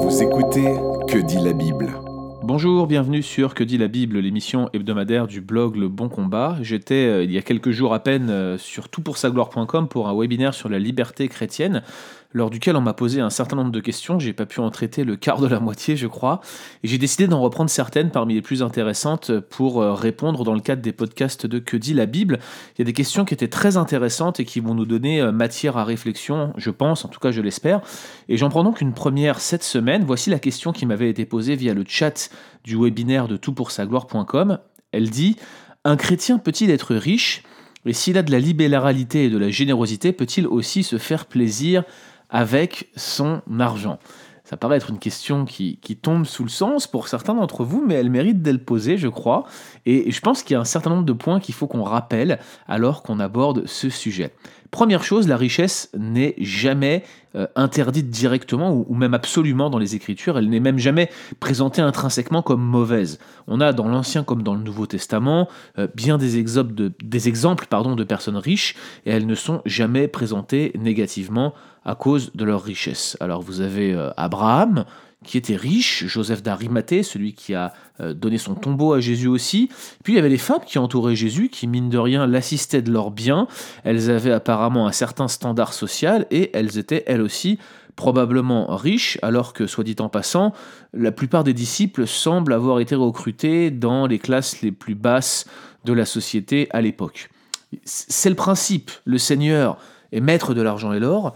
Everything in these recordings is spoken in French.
Vous écoutez Que dit la Bible ? Bonjour, bienvenue sur Que dit la Bible, l'émission hebdomadaire du blog Le Bon Combat. J'étais il y a quelques jours à peine sur toutpoursagloire.com pour un webinaire sur la liberté chrétienne, lors duquel on m'a posé un certain nombre de questions. J'ai pas pu en traiter le quart de la moitié, je crois, et j'ai décidé d'en reprendre certaines parmi les plus intéressantes pour répondre dans le cadre des podcasts de Que dit la Bible. Il y a des questions qui étaient très intéressantes et qui vont nous donner matière à réflexion, je pense, en tout cas je l'espère. Et j'en prends donc une première cette semaine. Voici la question qui m'avait été posée via le chat du webinaire de toutpoursagloire.com. Elle dit « Un chrétien peut-il être riche ? Et s'il a de la libéralité et de la générosité, peut-il aussi se faire plaisir avec son argent ?» Ça paraît être une question qui tombe sous le sens pour certains d'entre vous, mais elle mérite d'être posée, je crois. Et je pense qu'il y a un certain nombre de points qu'il faut qu'on rappelle alors qu'on aborde ce sujet. Première chose, la richesse n'est jamais interdite directement ou même absolument dans les Écritures. Elle n'est même jamais présentée intrinsèquement comme mauvaise. On a dans l'Ancien comme dans le Nouveau Testament bien des exemples de personnes riches et elles ne sont jamais présentées négativement à cause de leur richesse. Alors vous avez Abraham, qui était riche, Joseph d'Arimathée, celui qui a donné son tombeau à Jésus aussi. Puis il y avait les femmes qui entouraient Jésus, qui mine de rien l'assistaient de leurs biens. Elles avaient apparemment un certain standard social et elles étaient elles aussi probablement riches, alors que, soit dit en passant, la plupart des disciples semblent avoir été recrutés dans les classes les plus basses de la société à l'époque. C'est le principe, le Seigneur est maître de l'argent et l'or.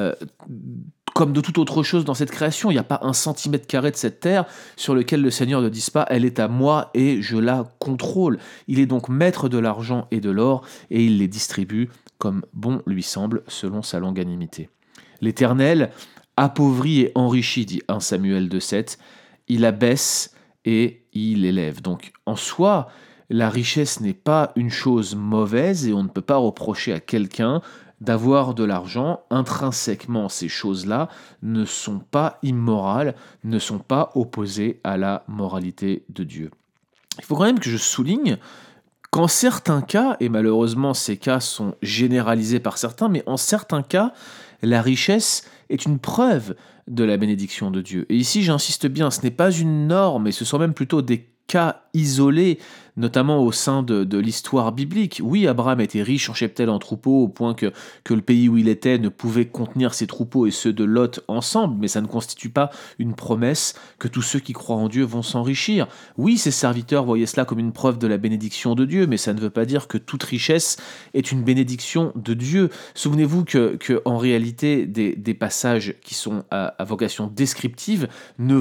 Comme de toute autre chose dans cette création, il n'y a pas un centimètre carré de cette terre sur lequel le Seigneur ne dise pas « elle est à moi et je la contrôle ». Il est donc maître de l'argent et de l'or et il les distribue comme bon lui semble selon sa longanimité. L'Éternel appauvrit et enrichit, dit 1 Samuel 2,7, il abaisse et il élève. Donc en soi, la richesse n'est pas une chose mauvaise et on ne peut pas reprocher à quelqu'un d'avoir de l'argent. Intrinsèquement, ces choses-là ne sont pas immorales, ne sont pas opposées à la moralité de Dieu. Il faut quand même que je souligne qu'en certains cas, et malheureusement ces cas sont généralisés par certains, mais en certains cas, la richesse est une preuve de la bénédiction de Dieu. Et ici, j'insiste bien, ce n'est pas une norme, et ce sont même plutôt des cas isolés, notamment au sein de l'histoire biblique. Oui, Abraham était riche en cheptel, en troupeaux, au point que le pays où il était ne pouvait contenir ses troupeaux et ceux de Lot ensemble, mais ça ne constitue pas une promesse que tous ceux qui croient en Dieu vont s'enrichir. Oui, ses serviteurs voyaient cela comme une preuve de la bénédiction de Dieu, mais ça ne veut pas dire que toute richesse est une bénédiction de Dieu. Souvenez-vous que en réalité, des passages qui sont à vocation descriptive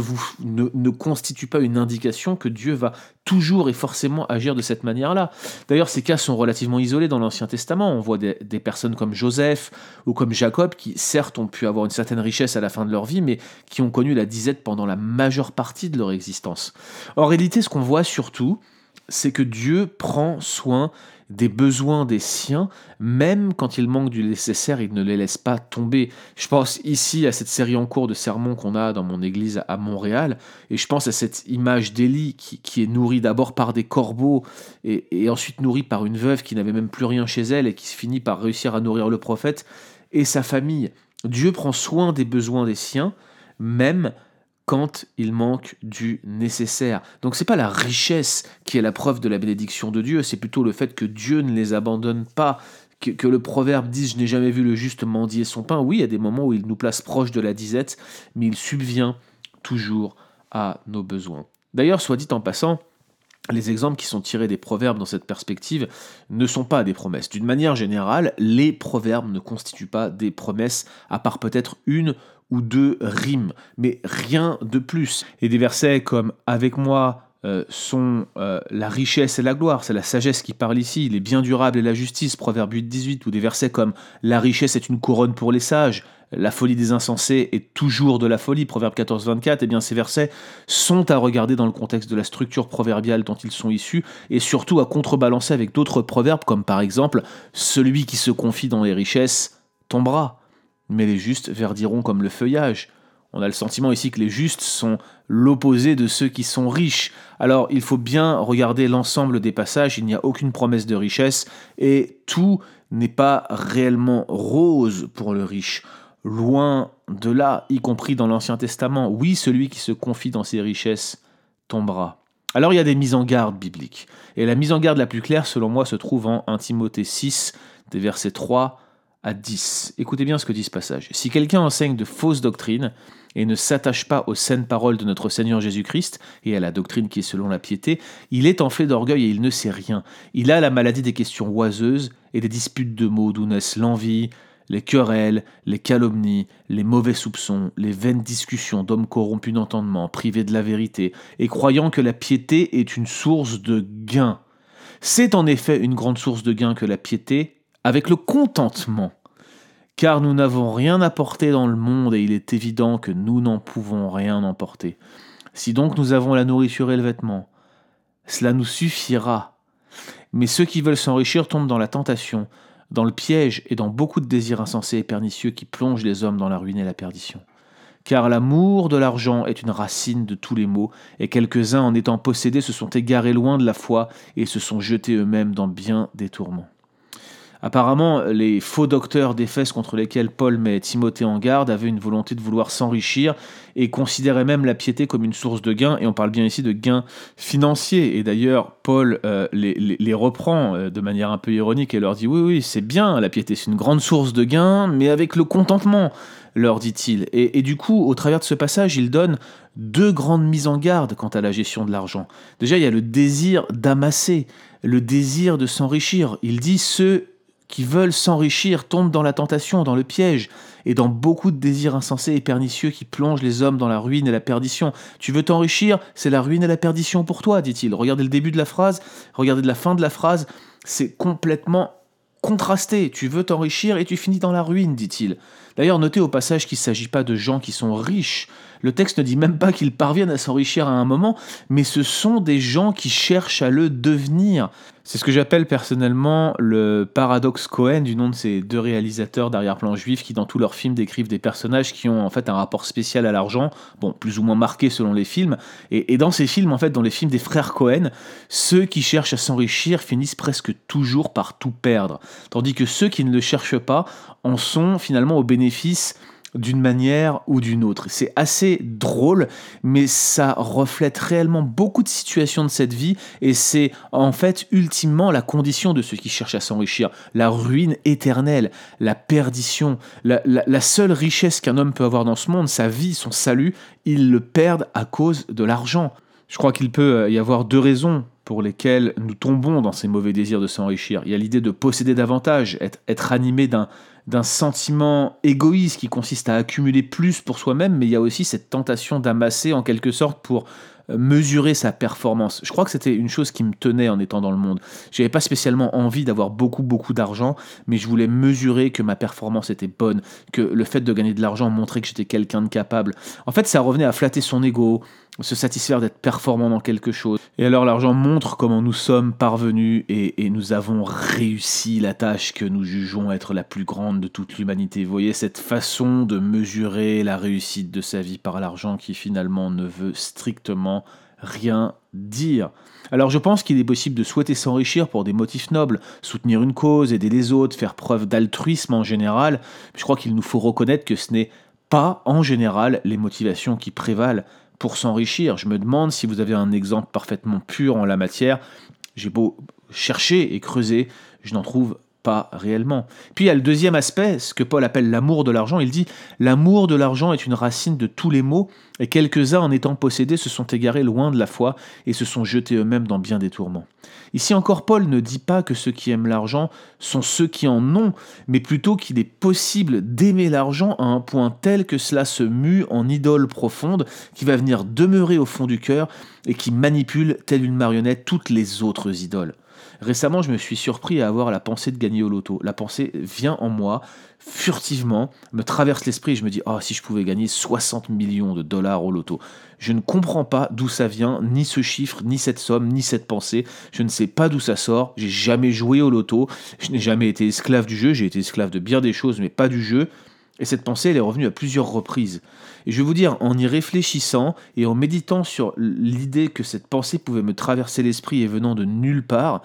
ne constituent pas une indication que Dieu va toujours et forcément agir de cette manière-là. D'ailleurs, ces cas sont relativement isolés dans l'Ancien Testament. On voit des personnes comme Joseph ou comme Jacob qui, certes, ont pu avoir une certaine richesse à la fin de leur vie, mais qui ont connu la disette pendant la majeure partie de leur existence. En réalité, ce qu'on voit surtout, c'est que Dieu prend soin des besoins des siens, même quand il manque du nécessaire, il ne les laisse pas tomber. Je pense ici à cette série en cours de sermons qu'on a dans mon église à Montréal, et je pense à cette image d'Élie qui est nourrie d'abord par des corbeaux, et ensuite nourrie par une veuve qui n'avait même plus rien chez elle, et qui finit par réussir à nourrir le prophète et sa famille. Dieu prend soin des besoins des siens, même quand il manque du nécessaire. Donc c'est pas la richesse qui est la preuve de la bénédiction de Dieu, c'est plutôt le fait que Dieu ne les abandonne pas, que le proverbe dise « je n'ai jamais vu le juste mendier son pain ». Oui, il y a des moments où il nous place proche de la disette, mais il subvient toujours à nos besoins. D'ailleurs, soit dit en passant, les exemples qui sont tirés des proverbes dans cette perspective ne sont pas des promesses. D'une manière générale, les proverbes ne constituent pas des promesses, à part peut-être une ou deux rimes, mais rien de plus. Et des versets comme « Avec moi sont la richesse et la gloire », c'est la sagesse qui parle ici, « les biens durables et la justice », Proverbe 8-18, ou des versets comme « La richesse est une couronne pour les sages », la folie des insensés est toujours de la folie, Proverbe 14-24, eh bien ces versets sont à regarder dans le contexte de la structure proverbiale dont ils sont issus, et surtout à contrebalancer avec d'autres proverbes, comme par exemple « Celui qui se confie dans les richesses tombera », mais les justes verdiront comme le feuillage. On a le sentiment ici que les justes sont l'opposé de ceux qui sont riches. Alors il faut bien regarder l'ensemble des passages, il n'y a aucune promesse de richesse, et tout n'est pas réellement rose pour le riche. Loin de là, y compris dans l'Ancien Testament. Oui, celui qui se confie dans ses richesses tombera. Alors il y a des mises en garde bibliques. Et la mise en garde la plus claire, selon moi, se trouve en 1 Timothée 6, des versets 3 à 10. Écoutez bien ce que dit ce passage. Si quelqu'un enseigne de fausses doctrines et ne s'attache pas aux saines paroles de notre Seigneur Jésus-Christ et à la doctrine qui est selon la piété, il est enflé d'orgueil et il ne sait rien. Il a la maladie des questions oiseuses et des disputes de mots d'où naissent l'envie, les querelles, les calomnies, les mauvais soupçons, les vaines discussions d'hommes corrompus d'entendement, privés de la vérité, et croyant que la piété est une source de gain. C'est en effet une grande source de gain que la piété, avec le contentement, car nous n'avons rien apporté dans le monde et il est évident que nous n'en pouvons rien emporter. Si donc nous avons la nourriture et le vêtement, cela nous suffira. Mais ceux qui veulent s'enrichir tombent dans la tentation, dans le piège et dans beaucoup de désirs insensés et pernicieux qui plongent les hommes dans la ruine et la perdition. Car l'amour de l'argent est une racine de tous les maux, et quelques-uns en étant possédés se sont égarés loin de la foi et se sont jetés eux-mêmes dans bien des tourments. Apparemment, les faux docteurs d'Éphèse contre lesquels Paul met Timothée en garde avaient une volonté de vouloir s'enrichir et considéraient même la piété comme une source de gain, et on parle bien ici de gains financiers. Et d'ailleurs, Paul les reprend de manière un peu ironique et leur dit « Oui, c'est bien, la piété, c'est une grande source de gain, mais avec le contentement », leur dit-il. Et du coup, au travers de ce passage, il donne deux grandes mises en garde quant à la gestion de l'argent. Déjà, il y a le désir d'amasser, le désir de s'enrichir. Il dit « Ceux qui veulent s'enrichir tombent dans la tentation, dans le piège, et dans beaucoup de désirs insensés et pernicieux qui plongent les hommes dans la ruine et la perdition. Tu veux t'enrichir, c'est la ruine et la perdition pour toi, dit-il. Regardez le début de la phrase, regardez de la fin de la phrase, c'est complètement contrasté. Tu veux t'enrichir et tu finis dans la ruine, dit-il. D'ailleurs, notez au passage qu'il ne s'agit pas de gens qui sont riches. Le texte ne dit même pas qu'ils parviennent à s'enrichir à un moment, mais ce sont des gens qui cherchent à le devenir. C'est ce que j'appelle personnellement le paradoxe Cohen, du nom de ces deux réalisateurs d'arrière-plan juifs qui dans tous leurs films décrivent des personnages qui ont en fait un rapport spécial à l'argent, bon, plus ou moins marqué selon les films, et dans ces films, en fait, dans les films des frères Cohen, ceux qui cherchent à s'enrichir finissent presque toujours par tout perdre, tandis que ceux qui ne le cherchent pas en sont finalement au bénéfice d'une manière ou d'une autre. C'est assez drôle, mais ça reflète réellement beaucoup de situations de cette vie, et c'est en fait ultimement la condition de ceux qui cherchent à s'enrichir. La ruine éternelle, la perdition, la seule richesse qu'un homme peut avoir dans ce monde, sa vie, son salut, ils le perdent à cause de l'argent. Je crois qu'il peut y avoir deux raisons pour lesquelles nous tombons dans ces mauvais désirs de s'enrichir. Il y a l'idée de posséder davantage, être animé d'un sentiment égoïste qui consiste à accumuler plus pour soi-même, mais il y a aussi cette tentation d'amasser en quelque sorte pour mesurer sa performance. Je crois que c'était une chose qui me tenait en étant dans le monde. J'avais pas spécialement envie d'avoir beaucoup d'argent, mais je voulais mesurer que ma performance était bonne, que le fait de gagner de l'argent montrait que j'étais quelqu'un de capable. En fait, ça revenait à flatter son ego, se satisfaire d'être performant dans quelque chose. Et alors l'argent montre comment nous sommes parvenus et nous avons réussi la tâche que nous jugeons être la plus grande de toute l'humanité. Vous voyez cette façon de mesurer la réussite de sa vie par l'argent qui finalement ne veut strictement rien dire. Alors je pense qu'il est possible de souhaiter s'enrichir pour des motifs nobles, soutenir une cause, aider les autres, faire preuve d'altruisme en général. Je crois qu'il nous faut reconnaître que ce n'est pas en général les motivations qui prévalent pour s'enrichir. Je me demande si vous avez un exemple parfaitement pur en la matière. J'ai beau chercher et creuser, je n'en trouve pas réellement. Puis il y a le deuxième aspect, ce que Paul appelle l'amour de l'argent. Il dit « L'amour de l'argent est une racine de tous les maux, et quelques-uns en étant possédés se sont égarés loin de la foi et se sont jetés eux-mêmes dans bien des tourments. » Ici encore, Paul ne dit pas que ceux qui aiment l'argent sont ceux qui en ont, mais plutôt qu'il est possible d'aimer l'argent à un point tel que cela se mue en idole profonde qui va venir demeurer au fond du cœur et qui manipule, telle une marionnette, toutes les autres idoles. Récemment, je me suis surpris à avoir la pensée de gagner au loto. La pensée vient en moi, furtivement, me traverse l'esprit et je me dis « Ah, si je pouvais gagner 60 millions de dollars au loto !» Je ne comprends pas d'où ça vient, ni ce chiffre, ni cette somme, ni cette pensée. Je ne sais pas d'où ça sort. J'ai jamais joué au loto. Je n'ai jamais été esclave du jeu. J'ai été esclave de bien des choses, mais pas du jeu. Et cette pensée, elle est revenue à plusieurs reprises. Et je vais vous dire, en y réfléchissant et en méditant sur l'idée que cette pensée pouvait me traverser l'esprit et venant de nulle part,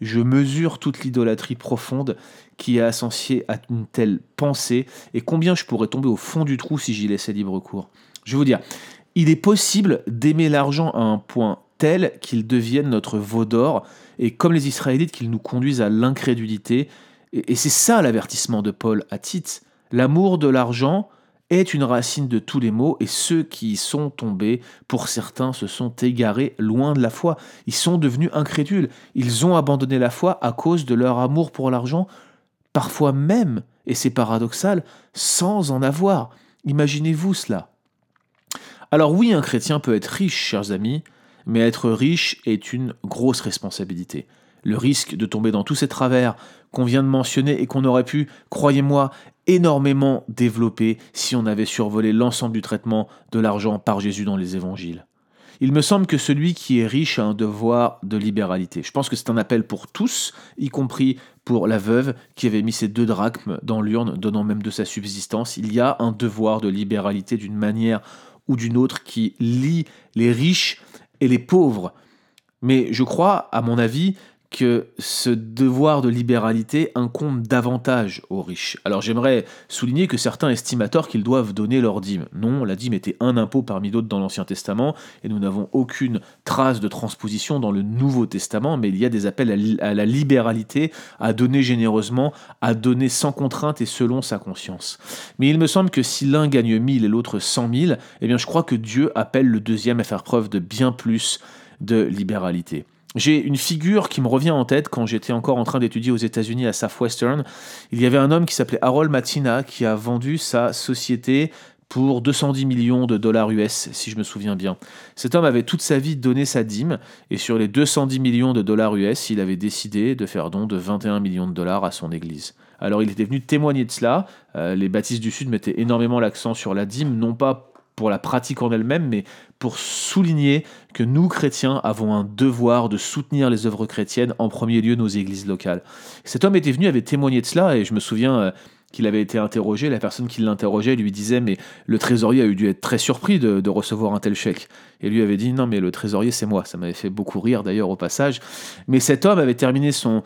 je mesure toute l'idolâtrie profonde qui est associée à une telle pensée et combien je pourrais tomber au fond du trou si j'y laissais libre cours. Je vais vous dire, il est possible d'aimer l'argent à un point tel qu'il devienne notre veau d'or et comme les Israélites qu'il nous conduise à l'incrédulité. Et c'est ça l'avertissement de Paul à Tite. L'amour de l'argent est une racine de tous les maux et ceux qui y sont tombés, pour certains, se sont égarés loin de la foi. Ils sont devenus incrédules. Ils ont abandonné la foi à cause de leur amour pour l'argent, parfois même, et c'est paradoxal, sans en avoir. Imaginez-vous cela. Alors oui, un chrétien peut être riche, chers amis, mais être riche est une grosse responsabilité. Le risque de tomber dans tous ces travers qu'on vient de mentionner et qu'on aurait pu, croyez-moi, énormément développer si on avait survolé l'ensemble du traitement de l'argent par Jésus dans les évangiles. Il me semble que celui qui est riche a un devoir de libéralité. Je pense que c'est un appel pour tous, y compris pour la veuve qui avait mis ses 2 drachmes dans l'urne, donnant même de sa subsistance. Il y a un devoir de libéralité d'une manière ou d'une autre qui lie les riches et les pauvres. Mais je crois, à mon avis, que ce devoir de libéralité incombe davantage aux riches. Alors j'aimerais souligner que certains estiment à tort qu'ils doivent donner leur dîme. Non, la dîme était un impôt parmi d'autres dans l'Ancien Testament, et nous n'avons aucune trace de transposition dans le Nouveau Testament, mais il y a des appels à la libéralité, à donner généreusement, à donner sans contrainte et selon sa conscience. Mais il me semble que si l'un gagne 1000 et l'autre 100 000, eh bien je crois que Dieu appelle le deuxième à faire preuve de bien plus de libéralité. J'ai une figure qui me revient en tête quand j'étais encore en train d'étudier aux États-Unis à Southwestern. Il y avait un homme qui s'appelait Harold Matina qui a vendu sa société pour 210 millions de dollars US, si je me souviens bien. Cet homme avait toute sa vie donné sa dîme, et sur les 210 millions de dollars US, il avait décidé de faire don de 21 millions de dollars à son église. Alors il était venu témoigner de cela. Les baptistes du Sud mettaient énormément l'accent sur la dîme, non pas pour la pratique en elle-même, mais pour souligner que nous, chrétiens, avons un devoir de soutenir les œuvres chrétiennes, en premier lieu nos églises locales. Cet homme était venu, avait témoigné de cela, et je me souviens qu'il avait été interrogé, la personne qui l'interrogeait lui disait « mais le trésorier a dû être très surpris de recevoir un tel chèque ». Et lui avait dit « non mais le trésorier c'est moi ». Ça m'avait fait beaucoup rire d'ailleurs au passage. Mais cet homme avait terminé son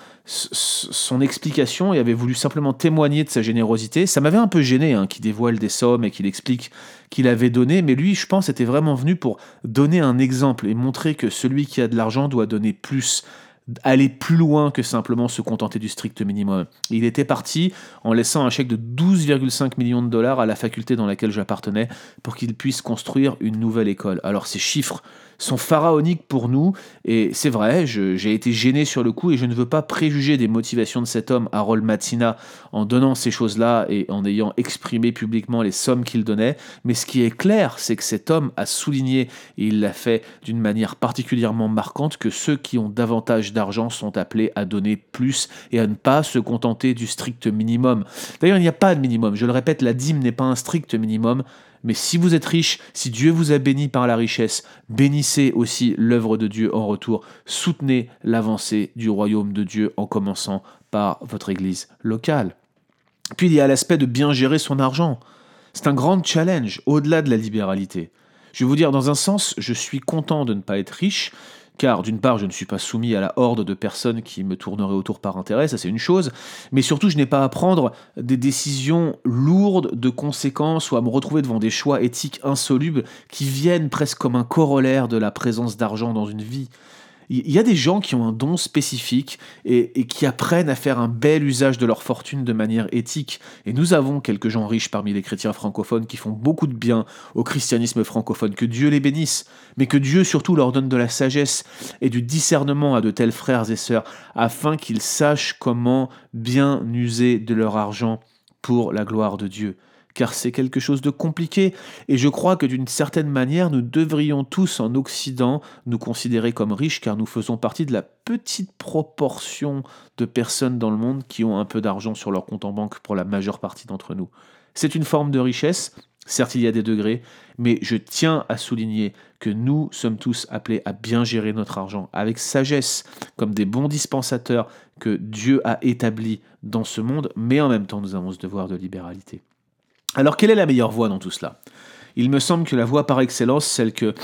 explication et avait voulu simplement témoigner de sa générosité. Ça m'avait un peu gêné qu'il dévoile des sommes et qu'il explique qu'il avait donné, mais lui je pense était vraiment venu pour donner un exemple et montrer que celui qui a de l'argent doit donner plus, aller plus loin que simplement se contenter du strict minimum. Il était parti en laissant un chèque de 12,5 millions de dollars à la faculté dans laquelle j'appartenais pour qu'il puisse construire une nouvelle école. Alors ces chiffres sont pharaoniques pour nous, et c'est vrai, j'ai été gêné sur le coup, et je ne veux pas préjuger des motivations de cet homme, Harold Matina, en donnant ces choses-là et en ayant exprimé publiquement les sommes qu'il donnait, mais ce qui est clair, c'est que cet homme a souligné, et il l'a fait d'une manière particulièrement marquante, que ceux qui ont davantage d'argent sont appelés à donner plus et à ne pas se contenter du strict minimum. D'ailleurs, il n'y a pas de minimum, je le répète, la dîme n'est pas un strict minimum, mais si vous êtes riche, si Dieu vous a béni par la richesse, bénissez aussi l'œuvre de Dieu en retour. Soutenez l'avancée du royaume de Dieu en commençant par votre église locale. Puis il y a l'aspect de bien gérer son argent. C'est un grand challenge, au-delà de la libéralité. Je vais vous dire, dans un sens, je suis content de ne pas être riche, car d'une part, je ne suis pas soumis à la horde de personnes qui me tourneraient autour par intérêt, ça c'est une chose, mais surtout, je n'ai pas à prendre des décisions lourdes de conséquences ou à me retrouver devant des choix éthiques insolubles qui viennent presque comme un corollaire de la présence d'argent dans une vie. Il y a des gens qui ont un don spécifique et qui apprennent à faire un bel usage de leur fortune de manière éthique. Et nous avons quelques gens riches parmi les chrétiens francophones qui font beaucoup de bien au christianisme francophone. Que Dieu les bénisse, mais que Dieu surtout leur donne de la sagesse et du discernement à de tels frères et sœurs, afin qu'ils sachent comment bien user de leur argent pour la gloire de Dieu. Car c'est quelque chose de compliqué, et je crois que d'une certaine manière, nous devrions tous en Occident nous considérer comme riches, car nous faisons partie de la petite proportion de personnes dans le monde qui ont un peu d'argent sur leur compte en banque pour la majeure partie d'entre nous. C'est une forme de richesse, certes il y a des degrés, mais je tiens à souligner que nous sommes tous appelés à bien gérer notre argent avec sagesse, comme des bons dispensateurs que Dieu a établis dans ce monde, mais en même temps nous avons ce devoir de libéralité. Alors, quelle est la meilleure voie dans tout cela ? Il me semble que la voie par excellence, celle que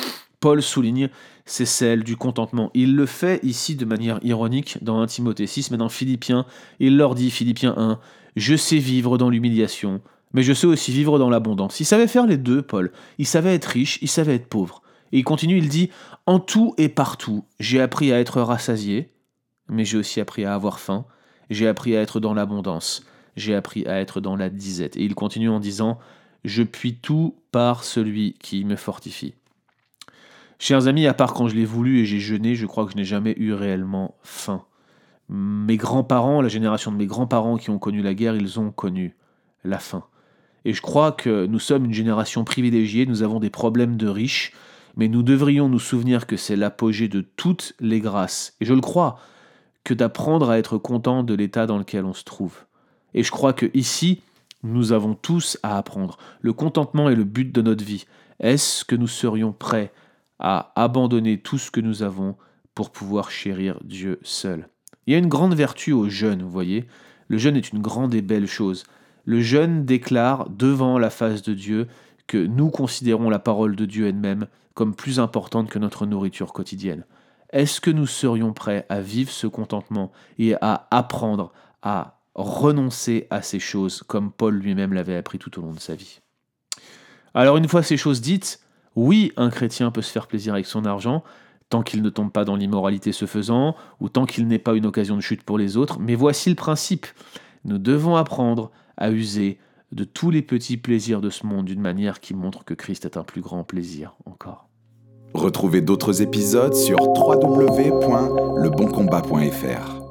Paul souligne, c'est celle du contentement. Il le fait ici de manière ironique dans 1 Timothée 6, mais dans Philippiens, il leur dit, Philippiens 1, « Je sais vivre dans l'humiliation, mais je sais aussi vivre dans l'abondance. » Il savait faire les deux, Paul. Il savait être riche, il savait être pauvre. Et il continue, il dit, « En tout et partout, j'ai appris à être rassasié, mais j'ai aussi appris à avoir faim. J'ai appris à être dans l'abondance. J'ai appris à être dans la disette. » Et il continue en disant, « Je puis tout par celui qui me fortifie. » Chers amis, à part quand je l'ai voulu et j'ai jeûné, je crois que je n'ai jamais eu réellement faim. Mes grands-parents, la génération de mes grands-parents qui ont connu la guerre, ils ont connu la faim. Et je crois que nous sommes une génération privilégiée, nous avons des problèmes de riches, mais nous devrions nous souvenir que c'est l'apogée de toutes les grâces, et je le crois, que d'apprendre à être content de l'état dans lequel on se trouve. Et je crois que ici, nous avons tous à apprendre. Le contentement est le but de notre vie. Est-ce que nous serions prêts à abandonner tout ce que nous avons pour pouvoir chérir Dieu seul? Il y a une grande vertu au jeûne, vous voyez. Le jeûne est une grande et belle chose. Le jeûne déclare devant la face de Dieu que nous considérons la parole de Dieu elle-même comme plus importante que notre nourriture quotidienne. Est-ce que nous serions prêts à vivre ce contentement et à apprendre à renoncer à ces choses comme Paul lui-même l'avait appris tout au long de sa vie? Alors une fois ces choses dites, oui, un chrétien peut se faire plaisir avec son argent, tant qu'il ne tombe pas dans l'immoralité ce faisant, ou tant qu'il n'est pas une occasion de chute pour les autres, mais voici le principe. Nous devons apprendre à user de tous les petits plaisirs de ce monde d'une manière qui montre que Christ est un plus grand plaisir encore. Retrouvez d'autres épisodes sur www.leboncombat.fr.